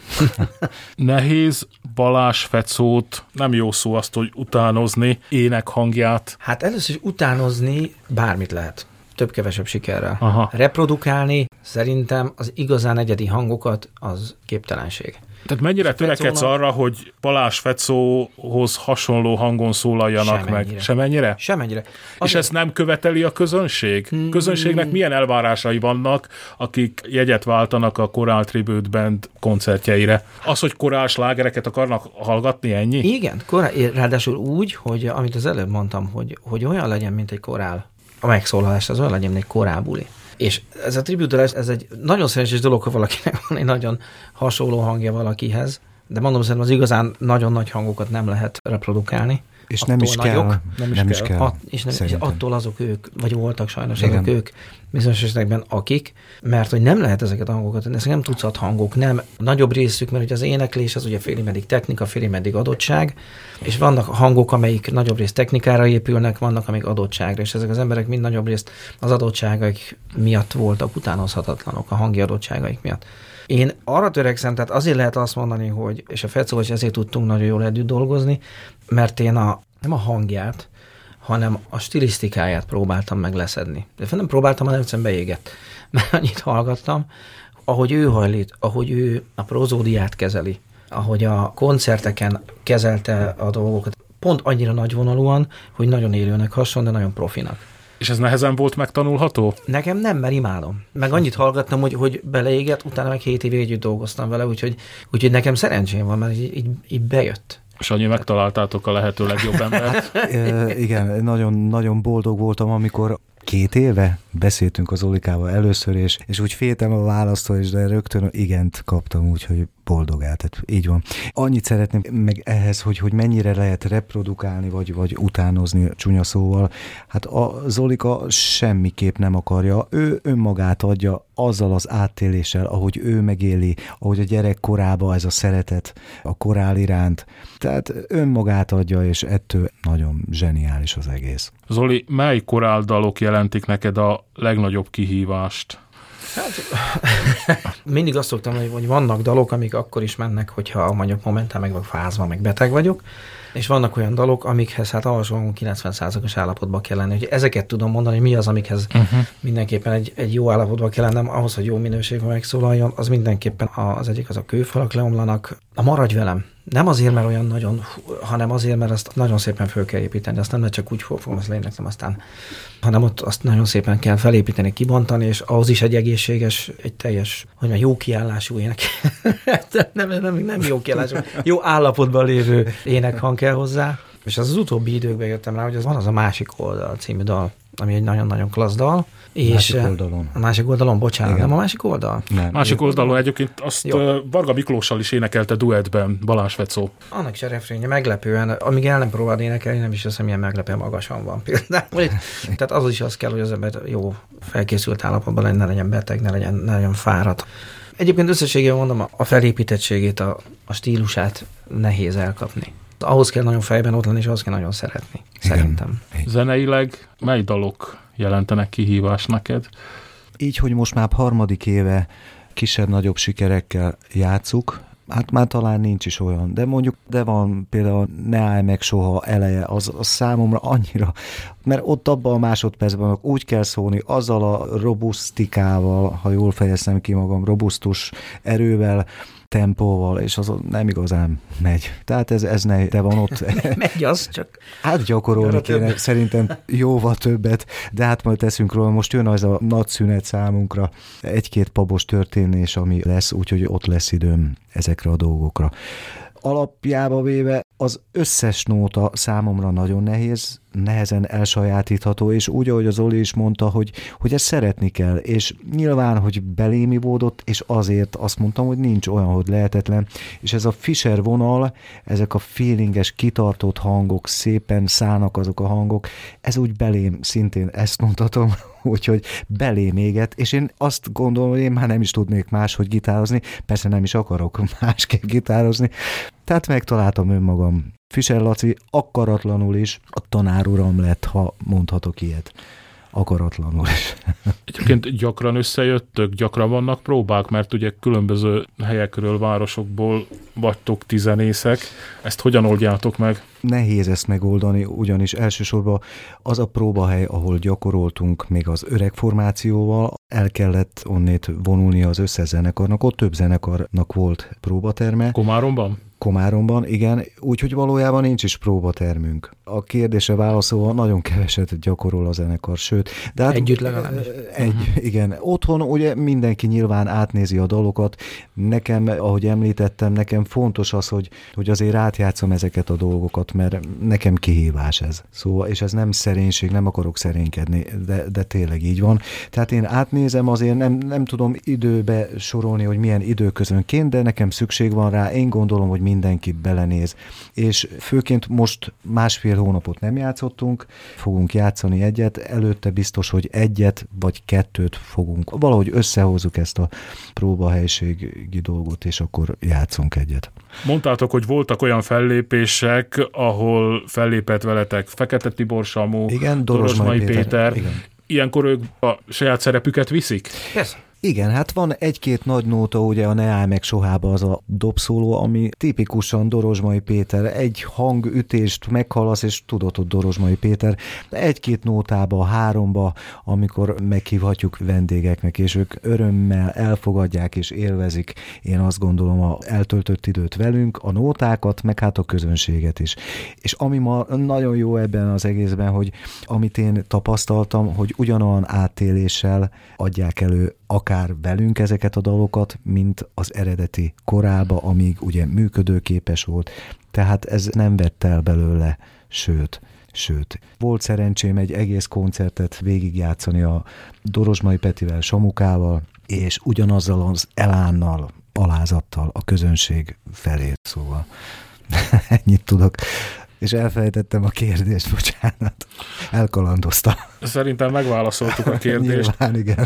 Nehéz Balázs Fecót, nem jó szó azt, hogy utánozni, ének hangját. Hát először is utánozni bármit lehet. Több-kevesebb sikerrel. Aha. Reprodukálni szerintem az igazán egyedi hangokat az képtelenség. Tehát mennyire törekedsz arra, hogy Balázs Fecóhoz hasonló hangon szólaljanak meg? Semennyire? Semennyire. És ezt nem követeli a közönség? Közönségnek milyen elvárásai vannak, akik jegyet váltanak a Chorale Tribute Band koncertjeire? Az, hogy korál slágereket akarnak hallgatni, ennyi? Igen, ráadásul úgy, hogy amit az előbb mondtam, hogy olyan legyen, mint egy korál. A megszólalás az olyan legyen, mint egy korálbuli. És ez a tribute, ez egy nagyon szerencsés dolog, ha valakinek van egy nagyon hasonló hangja valakihez, de mondom, szerintem az igazán nagyon nagy hangokat nem lehet reprodukálni. És nem is kell. Nem is kell. És attól azok ők, vagy voltak sajnos azok ők bizonyos esetekben akik, mert hogy nem lehet ezeket a hangokat, ezek nem tucat hangok, nem nagyobb részük, mert ugye az éneklés az ugye félig meddig technika, félig meddig adottság, és vannak hangok, amelyik nagyobb részt technikára épülnek, vannak, amik adottságra, és ezek az emberek mind nagyobb részt az adottságaik miatt voltak utánozhatatlanok, a hangi adottságaik miatt. Én arra törekszem, tehát azért lehet azt mondani, hogy, és a Fecóval is ezért tudtunk nagyon jól együtt dolgozni, mert én nem a hangját, hanem a stilisztikáját próbáltam meg leszedni. De nem próbáltam, hanem egyszerűen beégett. Mert annyit hallgattam, ahogy ő hajlít, ahogy ő a prozódiát kezeli, ahogy a koncerteken kezelte a dolgokat, pont annyira nagyvonalúan, hogy nagyon élőnek hasonló, de nagyon profinak. És ez nehezen volt megtanulható? Nekem nem, mert imádom. Meg annyit hallgattam, hogy beleégett, utána meg 7 évig együtt dolgoztam vele, úgyhogy nekem szerencsém van, mert így bejött. Sanyi, megtaláltátok a lehető legjobb embert. Igen, nagyon, nagyon boldog voltam, amikor 2 éve beszéltünk az Olikával először, és úgy féltem a választól, és de rögtön igent kaptam, úgyhogy boldogát, tehát így van. Annyit szeretném meg ehhez, hogy mennyire lehet reprodukálni, vagy utánozni csúnya szóval. Hát a Zolika semmiképp nem akarja. Ő önmagát adja azzal az áttéléssel, ahogy ő megéli, ahogy a gyerekkorában ez a szeretet a korál iránt. Tehát önmagát adja, és ettől nagyon zseniális az egész. Zoli, mely koráldalok jelentik neked a legnagyobb kihívást? Mindig azt szoktam, hogy vannak dalok, amik akkor is mennek, hogyha mondjuk momentán meg vagyok fázva, meg beteg vagyok, és vannak olyan dalok, amikhez hát alsóan 90%-os állapotban kell lenni. Hogy ezeket tudom mondani, mi az, amikhez mindenképpen egy jó állapotban kell lennem, ahhoz, hogy jó minőségben megszólaljon, az mindenképpen az egyik, az a Kőfalak leomlanak. A Maradj velem. Nem azért, mert olyan nagyon, hanem azért, mert azt nagyon szépen föl kell építeni. Azt nem lehet csak úgy fogom azt leéneklem aztán, hanem ott azt nagyon szépen kell felépíteni, kibontani, és ahhoz is egy egészséges, egy teljes, hogy már jó kiállású ének. nem jó kiállású, jó állapotban lévő énekhang kell hozzá. És az utóbbi időkben jöttem rá, hogy az van az a Másik oldal című dal, ami egy nagyon-nagyon klassz dal. És a másik oldalon, bocsánat, igen. Nem a másik oldal? Nem. Másik oldalon egyébként azt Varga Miklóssal is énekelte duettben Balázs Fecó. Annak is a refrénje meglepően, amíg el nem próbáld énekelni, nem is hiszem, milyen meglepően magasan van például. Tehát az is az kell, hogy az ember jó felkészült állapotban legyen, ne legyen beteg, ne legyen fáradt. Egyébként összességében mondom, a felépítettségét, a stílusát nehéz elkapni. Ahhoz kell nagyon fejben ott lenni, és ahhoz kell nagyon szeretni, szerintem. Zeneileg mely dalok jelentenek kihívást neked? Így, hogy most már 3. éve kisebb-nagyobb sikerekkel játszuk, hát már talán nincs is olyan, de van például Ne állj meg soha eleje, az számomra annyira, mert ott abban a másodpercben úgy kell szólni, azzal a robusztikával, ha jól fejezem ki magam, robusztus erővel, tempóval, és az nem igazán megy. Tehát ez ne, de van ott. Megy az csak. Hát gyakorolni kéne, szerintem jóval többet, de hát majd teszünk róla. Most jön az a nagy szünet számunkra, 1-2 pabos történés, ami lesz, úgyhogy ott lesz időm ezekre a dolgokra. Alapjába véve az összes nóta számomra nagyon nehezen elsajátítható, és úgy, ahogy az Oli is mondta, hogy ezt szeretni kell, és nyilván, hogy belém ivódott, és azért azt mondtam, hogy nincs olyan, hogy lehetetlen, és ez a Fischer vonal, ezek a feelinges, kitartott hangok, szépen szállnak azok a hangok, ez úgy belém szintén ezt mondhatom, úgyhogy belém éget, és én azt gondolom, hogy én már nem is tudnék máshogy gitározni, persze nem is akarok másképp gitározni, tehát megtaláltam önmagam. Fischer Laci akaratlanul is a tanáruram lett, ha mondhatok ilyet. Akaratlanul is. Egyébként gyakran összejöttök, gyakran vannak próbák, mert ugye különböző helyekről, városokból vagytok tizenészek. Ezt hogyan oldjátok meg? Nehéz ezt megoldani, ugyanis elsősorban az a próbahely, ahol gyakoroltunk még az öreg formációval, el kellett onnét vonulni az összes zenekarnak, ott több zenekarnak volt próbaterme. Komáromban, igen, úgyhogy valójában nincs is próbatermünk. A kérdésre válaszolva nagyon keveset gyakorol a zenekar, sőt. De hát együtt legalábbis. Igen. Otthon ugye mindenki nyilván átnézi a dalokat. Nekem, ahogy említettem, nekem fontos az, hogy azért átjátszom ezeket a dolgokat, mert nekem kihívás ez. Szóval, és ez nem szerénység, nem akarok szerénykedni, de tényleg így van. Tehát én átnézem, azért nem tudom időbe sorolni, hogy milyen időközönként, de nekem szükség van rá. Én gondolom, hogy mindenki belenéz. És főként most 1,5 hónapot nem játszottunk, fogunk játszani egyet, előtte biztos, hogy 1 vagy 2 fogunk. Valahogy összehozzuk ezt a próbahelységi dolgot, és akkor játszunk egyet. Mondtátok, hogy voltak olyan fellépések, ahol fellépett veletek Fekete Tibor Samu, igen, Dorozsmai Péter. Igen. Ilyenkor ők a saját szerepüket viszik? Persze. Igen, hát van 1-2 nagy nóta, ugye a Ne állj meg sohába az a dobszóló, ami tipikusan Dorozsmai Péter, egy hangütést meghallasz, és tudod, hogy Dorozsmai Péter. 1-2 nótába, 3-ba, amikor meghívhatjuk vendégeknek, és ők örömmel elfogadják és élvezik, én azt gondolom, a eltöltött időt velünk, a nótákat, meg hát a közönséget is. És ami ma nagyon jó ebben az egészben, hogy amit én tapasztaltam, hogy ugyanolyan áttéléssel adják elő akár velünk ezeket a dalokat, mint az eredeti korába, amíg ugye működőképes volt. Tehát ez nem vett el belőle, sőt. Volt szerencsém egy egész koncertet végigjátszani a Dorozsmai Petivel, Samukával, és ugyanazzal az elánnal, alázattal a közönség felé, szóval ennyit tudok. És elfelejtettem a kérdést, bocsánat. Elkalandoztam. Szerintem megválaszoltuk a kérdést. Nyilván, igen.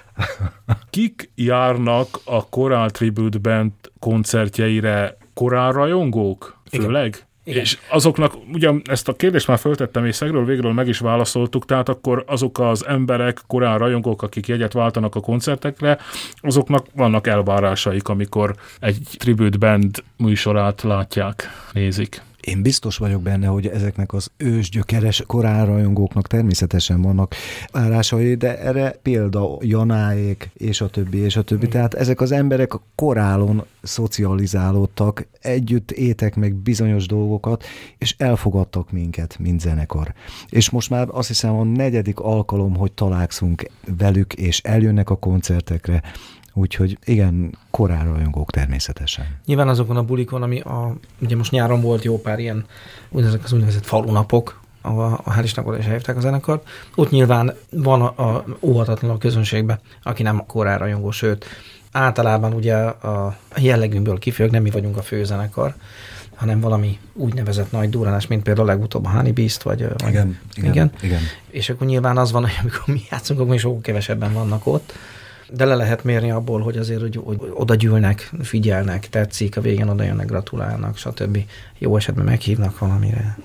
Kik járnak a Korál Tribute Band koncertjeire? Korál rajongók? Főleg? Igen. És azoknak, ugye ezt a kérdést már föltettem, és szegről végről meg is válaszoltuk, tehát akkor azok az emberek, korán rajongók, akik jegyet váltanak a koncertekre, azoknak vannak elvárásaik, amikor egy tribute band műsorát látják, nézik. Én biztos vagyok benne, hogy ezeknek az ősgyökeres korán rajongóknak természetesen vannak várásai, de erre példa Janáék, és a többi. Tehát ezek az emberek a korálon szocializálódtak, együtt éltek meg bizonyos dolgokat, és elfogadtak minket, mint zenekar. És most már azt hiszem a 4. alkalom, hogy találkozunk velük, és eljönnek a koncertekre. Úgyhogy igen, korán rajongók természetesen. Nyilván azokon a bulikon, ami ugye most nyáron volt jó pár ilyen úgynevezett falunapok, ahol hál' Istennek oda is elhívták a zenekart. Ott nyilván van óhatatlan a közönségbe, aki nem korán rajongó, sőt, általában ugye a jellegünkből kifolyólag nem mi vagyunk a főzenekar, hanem valami úgynevezett nagy durranás, mint például legutóbb a Honey Beast, vagy igen. És akkor nyilván az van, hogy amikor mi játszunk, akkor is sokkal kevesebben vannak ott, de le lehet mérni abból, hogy azért, hogy oda gyűlnek, figyelnek, tetszik, a végén oda jönnek, gratulálnak, stb. Jó esetben meghívnak valamire.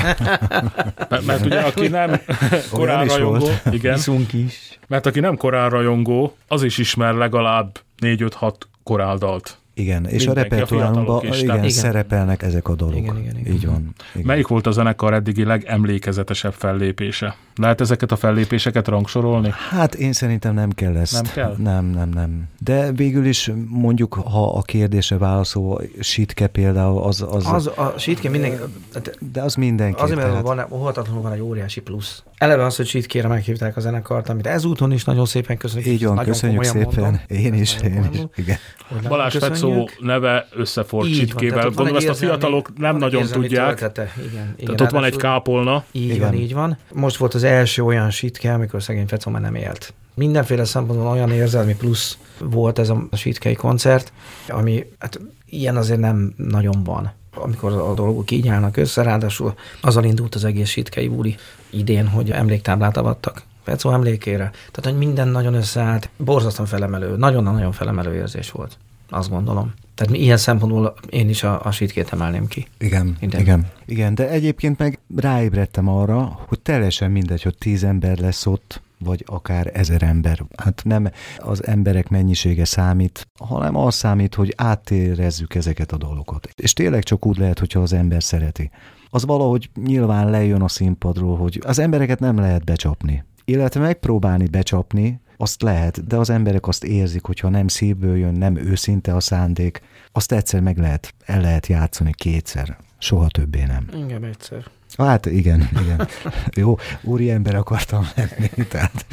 Mert ugye, aki nem korán rajongó, igen, is. Mert aki nem korán rajongó, az is ismer legalább 4-5-6 koráldalt. Igen, és a repertoárunkban szerepelnek ezek a dolgok. Igen. Így van. Igen. Melyik volt a zenekar eddigi legemlékezetesebb fellépése? Lehet ezeket a fellépéseket rangsorolni? Hát én szerintem nem kell ezt. Nem kell? Nem. De végül is mondjuk, ha a kérdésre válaszol, Sitke például, az a Sitke mindenki... De az mindenki. Azért, mert óhatatlanul van egy óriási plusz. Eleve az, hogy Sitkére meghívták a zenekart, amit ezúton is nagyon szépen köszönjük. Így van, köszönjük szépen. Mondom. Én is. Igen. Balázs Fecó neve összefort Sitkével. Gondolom, ezt a fiatalok nem nagyon tudják. Igen. Tehát ott van egy kápolna. Így van. Most volt az első olyan Sitke, amikor szegény Fecó már nem élt. Mindenféle szempontból olyan érzelmi plusz volt ez a sitkei koncert, ami hát ilyen azért nem nagyon van, amikor a dolgok így állnak össze, ráadásul azzal indult az egész sitkei buli idén, hogy emléktáblát avattak Fecó emlékére. Tehát, hogy minden nagyon összeállt, borzasztóan felemelő, nagyon-nagyon felemelő érzés volt, azt gondolom. Tehát ilyen szempontból én is a Sitkét emelném ki. Igen, de egyébként meg ráébredtem arra, hogy teljesen mindegy, hogy 10 ember lesz ott, vagy akár 1000 ember. Hát nem az emberek mennyisége számít, hanem az számít, hogy áttérezzük ezeket a dolgokat. És tényleg csak úgy lehet, hogyha az ember szereti. Az valahogy nyilván lejön a színpadról, hogy az embereket nem lehet becsapni. Illetve megpróbálni becsapni, azt lehet, de az emberek azt érzik, hogyha nem szívből jön, nem őszinte a szándék, azt egyszer el lehet játszani 2-szer. Soha többé nem. Igen, egyszer. Hát igen. Jó, úri ember akartam lenni, tehát...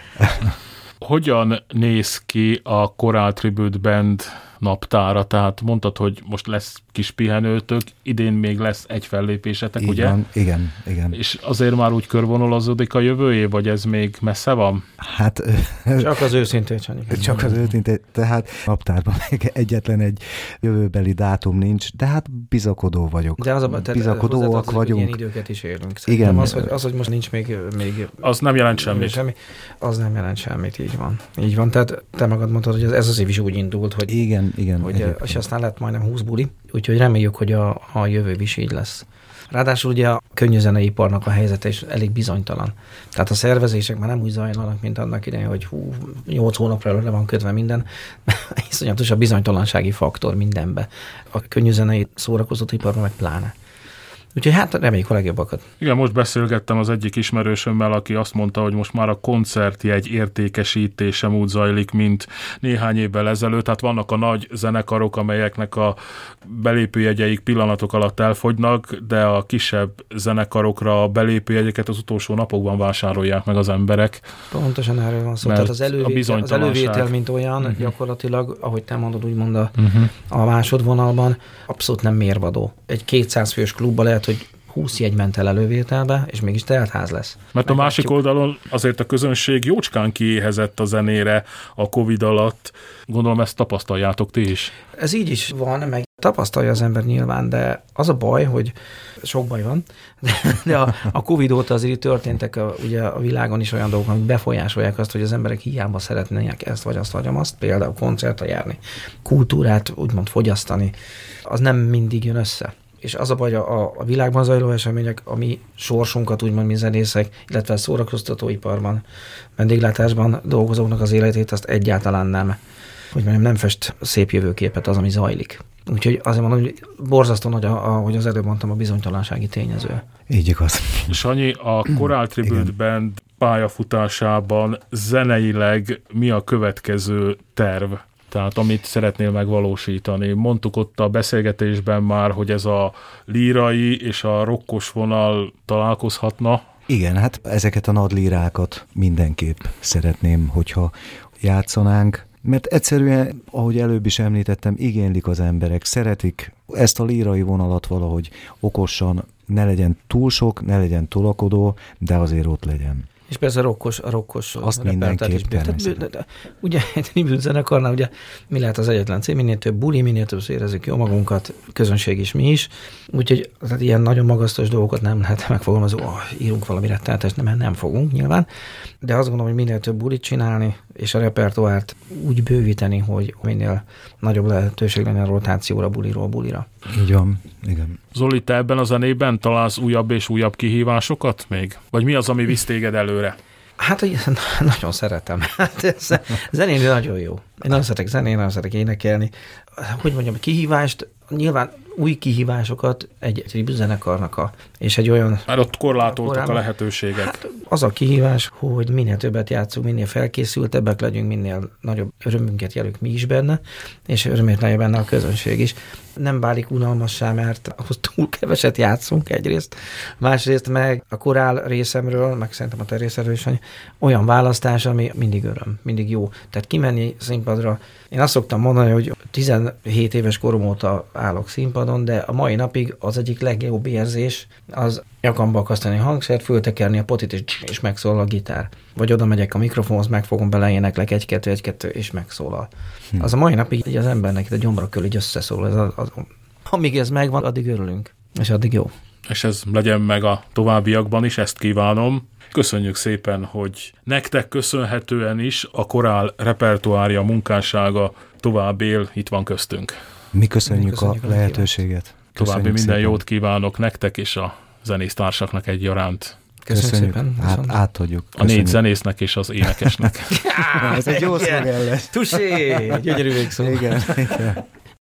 Hogyan néz ki a Chorale Tribute Band naptára? Tehát mondtad, hogy most lesz kis pihenőtök, idén még lesz egy fellépésetek, így ugye? Van. Igen. És azért már úgy körvonalazódik a jövő év, vagy ez még messze van? Hát... Csak az őszintén, Csanyik. Csak az őszintén, tehát naptárban még egyetlen egy jövőbeli dátum nincs, de hát bizakodó vagyok. De az bizakodóak vagyunk. Ilyen időket is érünk. Igen. Az, hogy most nincs még... Az nem jelent semmit. Az nem jelent semmit, így van. Tehát te magad mondtad, hogy ez az év is úgy indult, hogy... Igen. Hogy, és aztán lett majdnem 20 buli, úgyhogy reméljük, hogy a jövő is így lesz. Ráadásul ugye a könnyűzeneiparnak a helyzete is elég bizonytalan. Tehát a szervezések már nem úgy zajlanak, mint annak idején, hogy 8 hónapra előre van kötve minden. Iszonyatos a bizonytalansági faktor mindenbe. A könnyűzenei szórakoztatóiparban meg pláne. Úgyhogy hát reméljük a legjobbakat. Igen, most beszélgettem az egyik ismerősömmel, aki azt mondta, hogy most már a koncertjegy értékesítése úgy zajlik, mint néhány évvel ezelőtt. Tehát vannak a nagy zenekarok, amelyeknek a belépőjegyeik pillanatok alatt elfogynak, de a kisebb zenekarokra a belépőjegyeket az utolsó napokban vásárolják meg az emberek. Pontosan erről van szó. Tehát az elővétel, mint olyan, gyakorlatilag, ahogy te mondod, úgymond a másodvonalban, abszolút nem mérvadó. Egy 200 fős klubba lehet, hogy 20 jegy ment el elővételbe, és mégis teltház lesz. Mert a másik oldalon azért a közönség jócskán kiéhezett a zenére a Covid alatt. Gondolom, ezt tapasztaljátok ti is. Ez így is van, meg tapasztalja az ember nyilván, de az a baj, hogy sok baj van, de a Covid óta azért történtek ugye a világon is olyan dolgok, amik befolyásolják azt, hogy az emberek hiába szeretnének ezt vagy azt vagy azt, például koncertre járni, kultúrát úgymond fogyasztani, az nem mindig jön össze. és az a baj, a világban zajló események, a mi sorsunkat, úgymond mi zenészek, illetve a szórakoztatóiparban, vendéglátásban dolgozóknak az életét, azt egyáltalán nem, hogy mondjam, nem fest szép jövőképet az, ami zajlik. Úgyhogy azért mondom, hogy borzasztó nagy, ahogy az előbb mondtam, a bizonytalansági tényező. Így igaz. Sanyi, a Chorale Tribute Band pályafutásában zeneileg mi a következő terv? Tehát amit szeretnél megvalósítani. Mondtuk ott a beszélgetésben már, hogy ez a lírai és a rokkos vonal találkozhatna. Igen, hát ezeket a nagy lírákat mindenképp szeretném, hogyha játszanánk, mert egyszerűen, ahogy előbb is említettem, igénylik az emberek, szeretik ezt a lírai vonalat valahogy okosan, ne legyen túl sok, ne legyen tolakodó, de azért ott legyen. És persze a rokkos azt mindenképp ugye egy tribute zenekarnál, ugye mi lehet az egyetlen cél, minél több buli, minél több érezzük jó magunkat, közönség is, mi is. Úgyhogy tehát ilyen nagyon magasztos dolgokat nem lehet megfogalmazni, írunk valami rettenetes, nem fogunk nyilván. De azt gondolom, hogy minél több bulit csinálni, és a repertoárt úgy bővíteni, hogy minél nagyobb lehetőség legyen a rotációra, buliról bulira. Így van, igen. Zoli, te ebben a zenében találsz újabb és újabb kihívásokat még? Vagy mi az, ami visz téged előre? Hát nagyon szeretem. Hát zenélni nagyon jó. Én nagyon szeretek zenélni, nagyon szeretek énekelni. Hogy mondjam, kihívást, nyilván új kihívásokat egy tribute zenekarnak és egy olyan... Már ott korlátoltak a lehetőségek. Hát az a kihívás, hogy minél többet játszunk, minél felkészültebbek legyünk, minél nagyobb örömünket jelük mi is benne, és örömét legyen benne a közönség is. Nem válik unalmassá, mert ahhoz túl keveset játszunk egyrészt, másrészt meg a korál részemről, meg szerintem a te részemről is olyan választás, ami mindig öröm, mindig jó. Tehát kimenni színpadra. Én azt szoktam mondani, hogy 17 éves korom óta állok színpadon, de a mai napig az egyik legjobb érzés az nyakamba akasztani a hangszert, föltekerni a potit, és megszólal a gitár. Vagy oda megyek a mikrofonhoz, megfogom, beleéneklek egy-kettő, és megszólal. Az a mai napig így az embernek a gyomra körül így összeszól. Amíg ez megvan, addig örülünk. És addig jó. És ez legyen meg a továbbiakban is, ezt kívánom. Köszönjük szépen, hogy nektek köszönhetően is a Chorale repertoárja, munkássága tovább él, itt van köztünk. Mi köszönjük a lehetőséget. További minden jót kívánok nektek és a zenésztársaknak egyaránt. Köszönjük szépen. Átadjuk. A 4 zenésznek és az énekesnek. Ez egy jó szó lesz. Tusé! Gyönyörű végszó. Igen.